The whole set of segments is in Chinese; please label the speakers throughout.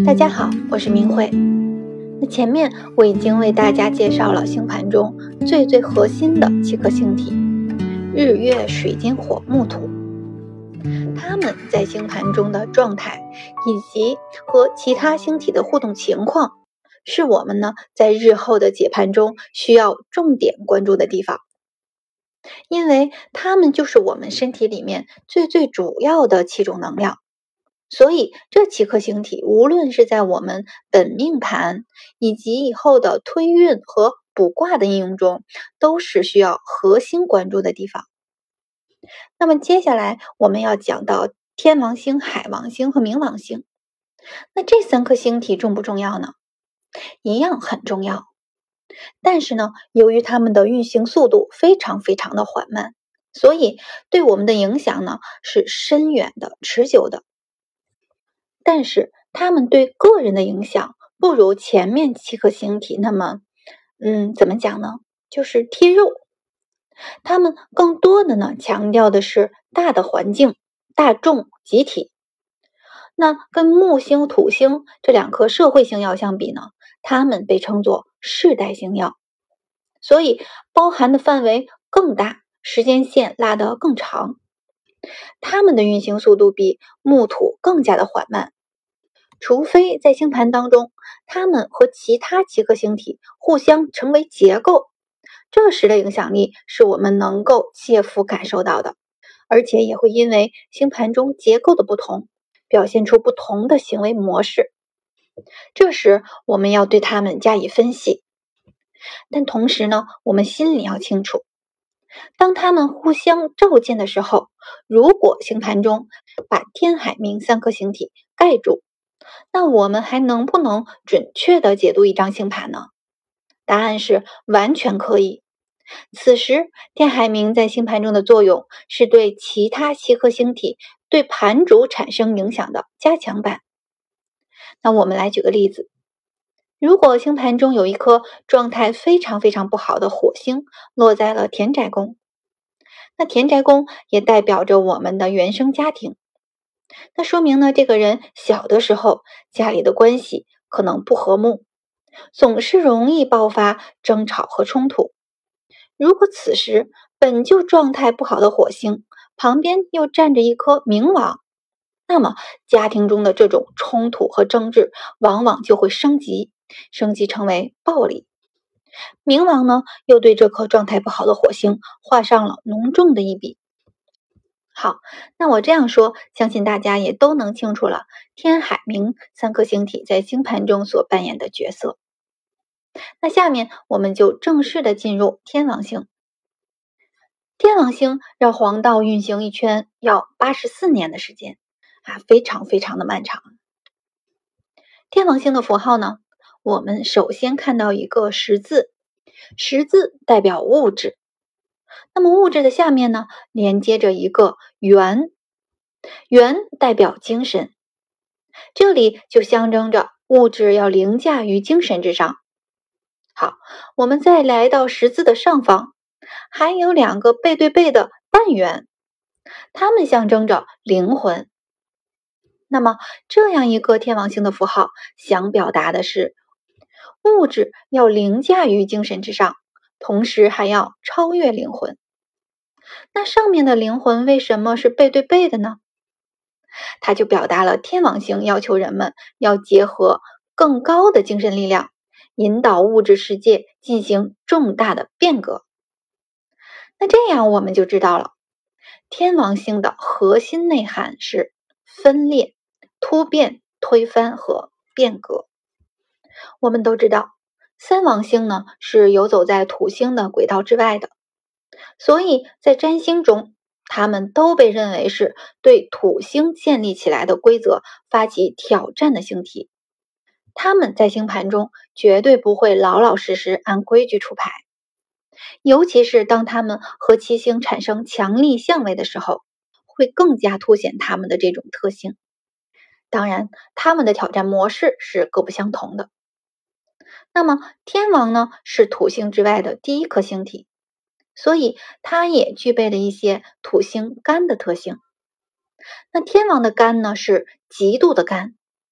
Speaker 1: 大家好，我是明慧。那前面我已经为大家介绍了星盘中最核心的7颗星体：日月水金火木土。它们在星盘中的状态以及和其他星体的互动情况，是我们在日后的解盘中需要重点关注的地方。因为它们就是我们身体里面最主要的7种能量。所以这7颗星体无论是在我们本命盘以及以后的推运和卜卦的应用中，都是需要核心关注的地方。那么接下来我们要讲到天王星、海王星和冥王星。那这3颗星体重不重要呢？一样很重要。但是由于它们的运行速度非常的缓慢，所以对我们的影响是深远的、持久的。但是它们对个人的影响不如前面7颗星体那么怎么讲呢？就是贴肉。它们更多的强调的是大的环境、大众、集体。那跟木星、土星这2颗社会星曜相比它们被称作世代星曜，所以包含的范围更大，时间线拉得更长。它们的运行速度比木土更加的缓慢，除非在星盘当中它们和其他7颗星体互相成为结构，这时的影响力是我们能够切肤感受到的，而且也会因为星盘中结构的不同，表现出不同的行为模式。这时我们要对它们加以分析。但同时我们心里要清楚，当它们互相照见的时候，如果星盘中把天海冥3颗星体盖住，那我们还能不能准确地解读一张星盘呢？答案是完全可以。此时天海冥在星盘中的作用是对其他7颗星体对盘主产生影响的加强版。那我们来举个例子，如果星盘中有一颗状态非常不好的火星落在了田宅宫，那田宅宫也代表着我们的原生家庭，那说明这个人小的时候家里的关系可能不和睦，总是容易爆发争吵和冲突。如果此时本就状态不好的火星旁边又站着一颗冥王，那么家庭中的这种冲突和争执往往就会升级成为暴力。冥王又对这颗状态不好的火星画上了浓重的一笔。好，那我这样说，相信大家也都能清楚了天海冥3颗星体在星盘中所扮演的角色。那下面我们就正式的进入天王星。天王星绕黄道运行一圈要84年的时间非常的漫长。天王星的符号我们首先看到一个十字，十字代表物质。那么物质的下面连接着一个圆，圆代表精神，这里就象征着物质要凌驾于精神之上。好，我们再来到十字的上方，还有2个背对背的半圆，它们象征着灵魂。那么这样一个天王星的符号想表达的是物质要凌驾于精神之上，同时还要超越灵魂。那上面的灵魂为什么是背对背的呢？它就表达了天王星要求人们要结合更高的精神力量，引导物质世界进行重大的变革。那这样我们就知道了，天王星的核心内涵是分裂、突变、推翻和变革。我们都知道3王星是游走在土星的轨道之外的，所以在占星中它们都被认为是对土星建立起来的规则发起挑战的星体。它们在星盘中绝对不会老实按规矩出牌，尤其是当它们和七星产生强力相位的时候，会更加凸显它们的这种特性。当然它们的挑战模式是各不相同的。那么天王是土星之外的第1颗星体，所以它也具备了一些土星干的特性。那天王的干是极度的干，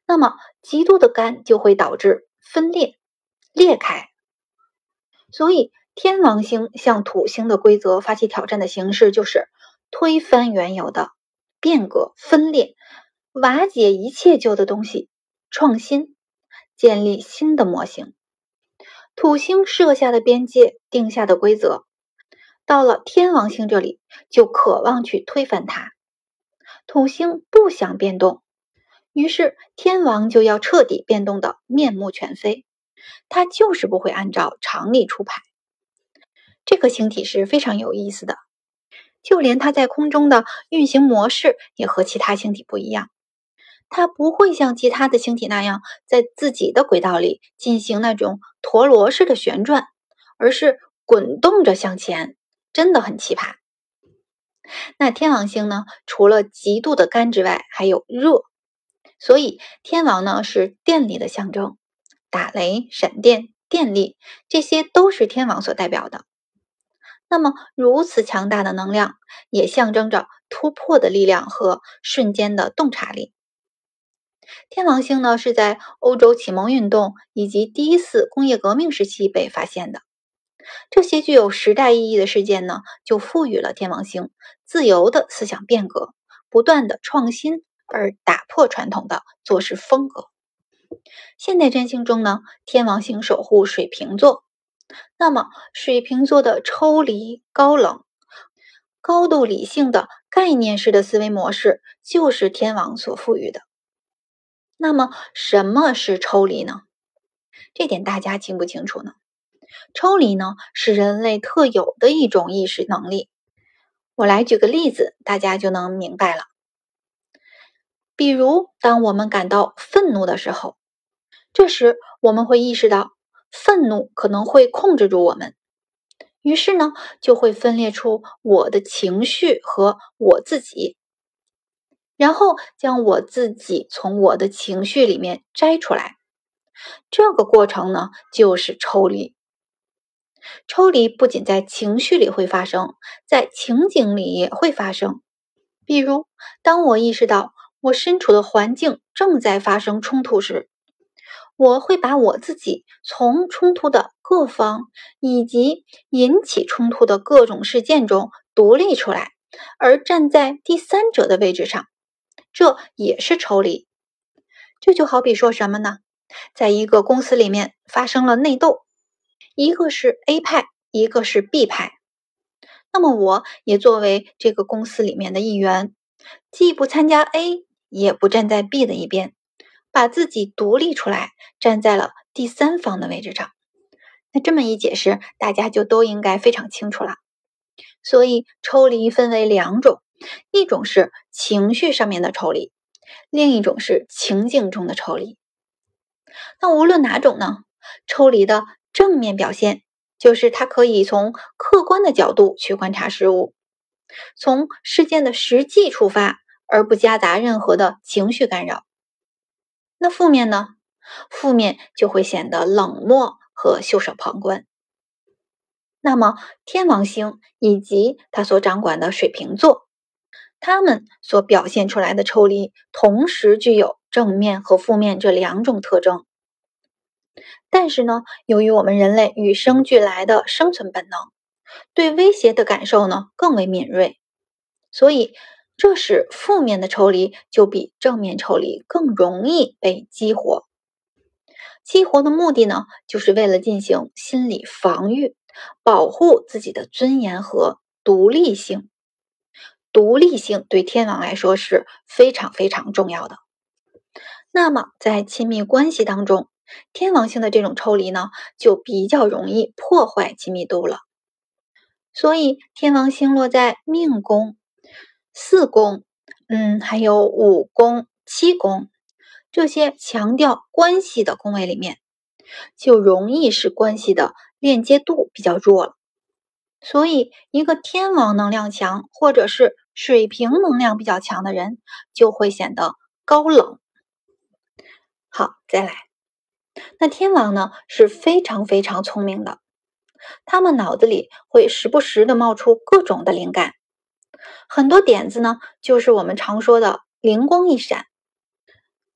Speaker 1: 那么极度的干就会导致分裂、裂开。所以天王星向土星的规则发起挑战的形式就是推翻原有的，变革、分裂，瓦解一切旧的东西，创新，建立新的模型。土星设下的边界，定下的规则，到了天王星这里就渴望去推翻它。土星不想变动，于是天王就要彻底变动的面目全非，它就是不会按照常理出牌。这个星体是非常有意思的，就连它在空中的运行模式也和其他星体不一样。它不会像其他的星体那样在自己的轨道里进行那种陀螺式的旋转，而是滚动着向前，真的很奇葩。那天王星呢，除了极度的干之外，还有热，所以天王呢是电力的象征，打雷、闪电、电力，这些都是天王所代表的。那么如此强大的能量，也象征着突破的力量和瞬间的洞察力。天王星呢是在欧洲启蒙运动以及第一次工业革命时期被发现的。这些具有时代意义的事件呢，就赋予了天王星自由的思想变革，不断的创新而打破传统的做事风格。现代占星中呢，天王星守护水瓶座，那么水瓶座的抽离、高冷、高度理性的概念式的思维模式，就是天王所赋予的。那么什么是抽离呢？这点大家清不清楚呢？抽离呢，是人类特有的一种意识能力。我来举个例子，大家就能明白了。比如，当我们感到愤怒的时候，这时我们会意识到，愤怒可能会控制住我们，于是呢，就会分裂出我的情绪和我自己，然后将我自己从我的情绪里面摘出来。这个过程呢，就是抽离。抽离不仅在情绪里会发生，在情景里也会发生。比如，当我意识到我身处的环境正在发生冲突时，我会把我自己从冲突的各方以及引起冲突的各种事件中独立出来，而站在第三者的位置上，这也是抽离。这就好比说什么呢？在一个公司里面发生了内斗，一个是 A 派，一个是 B 派。那么我也作为这个公司里面的一员，既不参加 A， 也不站在 B 的一边，把自己独立出来，站在了第三方的位置上。那这么一解释，大家就都应该非常清楚了。所以抽离分为两种，一种是情绪上面的抽离，另一种是情境中的抽离。那无论哪种呢，抽离的正面表现就是它可以从客观的角度去观察事物，从事件的实际出发，而不夹杂任何的情绪干扰。那负面呢？负面就会显得冷漠和袖手旁观。那么天王星以及它所掌管的水瓶座，它们所表现出来的抽离，同时具有正面和负面这两种特征。但是呢，由于我们人类与生俱来的生存本能，对威胁的感受呢更为敏锐，所以这使负面的抽离就比正面抽离更容易被激活。激活的目的呢，就是为了进行心理防御，保护自己的尊严和独立性。独立性对天王来说是非常非常重要的。那么在亲密关系当中，天王星的这种抽离呢，就比较容易破坏亲密度了。所以天王星落在命宫、4宫，还有5宫、7宫这些强调关系的宫位里面，就容易使关系的链接度比较弱了。所以一个天王能量强或者是水瓶能量比较强的人，就会显得高冷。好，再来。那天王呢是非常非常聪明的，他们脑子里会时不时的冒出各种的灵感，很多点子呢就是我们常说的灵光一闪。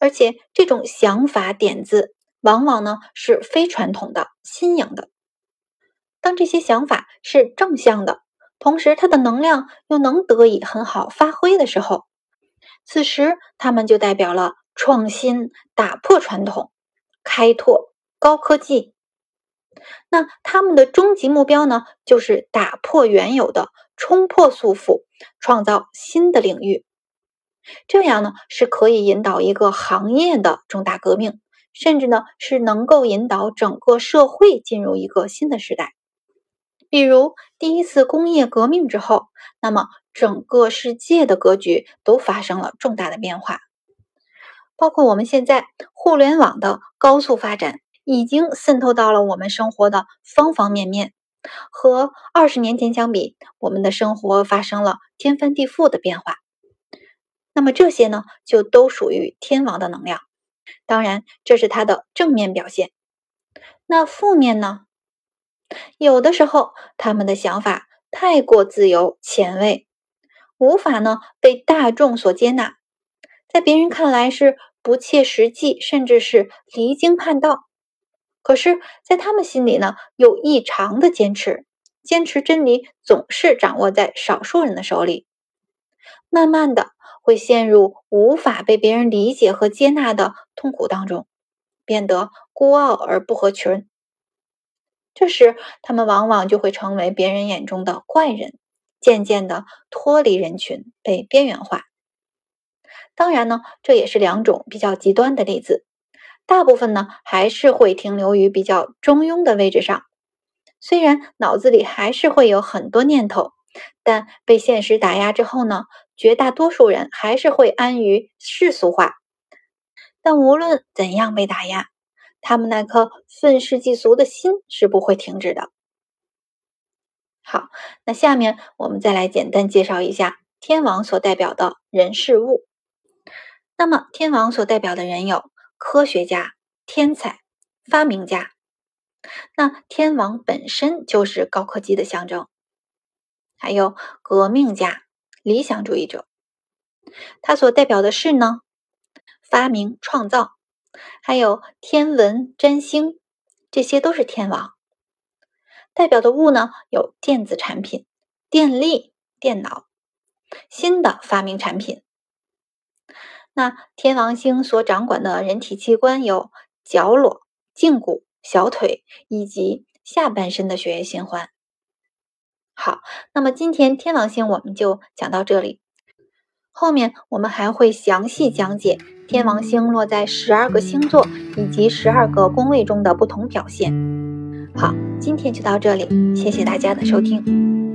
Speaker 1: 而且这种想法点子往往呢是非传统的、新颖的。当这些想法是正向的，同时它的能量又能得以很好发挥的时候，此时它们就代表了创新、打破传统、开拓、高科技。那他们的终极目标呢，就是打破原有的，冲破束缚，创造新的领域。这样呢，是可以引导一个行业的重大革命，甚至呢，是能够引导整个社会进入一个新的时代。比如第一次工业革命之后，那么整个世界的格局都发生了重大的变化。包括我们现在互联网的高速发展，已经渗透到了我们生活的方方面面。和20年前相比，我们的生活发生了天翻地覆的变化。那么这些呢，就都属于天王的能量。当然，这是它的正面表现。那负面呢？有的时候，他们的想法太过自由、前卫，无法呢被大众所接纳，在别人看来是不切实际，甚至是离经叛道。可是，在他们心里呢，又异常的坚持真理总是掌握在少数人的手里。慢慢的，会陷入无法被别人理解和接纳的痛苦当中，变得孤傲而不合群。这时，他们往往就会成为别人眼中的怪人，渐渐的脱离人群，被边缘化。当然呢，这也是两种比较极端的例子。大部分呢，还是会停留于比较中庸的位置上。虽然脑子里还是会有很多念头，但被现实打压之后呢，绝大多数人还是会安于世俗化。但无论怎样被打压，他们那颗愤世嫉俗的心是不会停止的。好，那下面我们再来简单介绍一下天王所代表的人事物。那么天王所代表的人有科学家、天才、发明家。那天王本身就是高科技的象征。还有革命家、理想主义者。他所代表的是呢，发明创造，还有天文占星，这些都是天王。代表的物呢，有电子产品、电力、电脑、新的发明产品。那天王星所掌管的人体器官有角裸、胫骨、小腿以及下半身的血液循环。好，那么今天天王星我们就讲到这里。后面我们还会详细讲解天王星落在12个星座以及12个宫位中的不同表现。好，今天就到这里，谢谢大家的收听。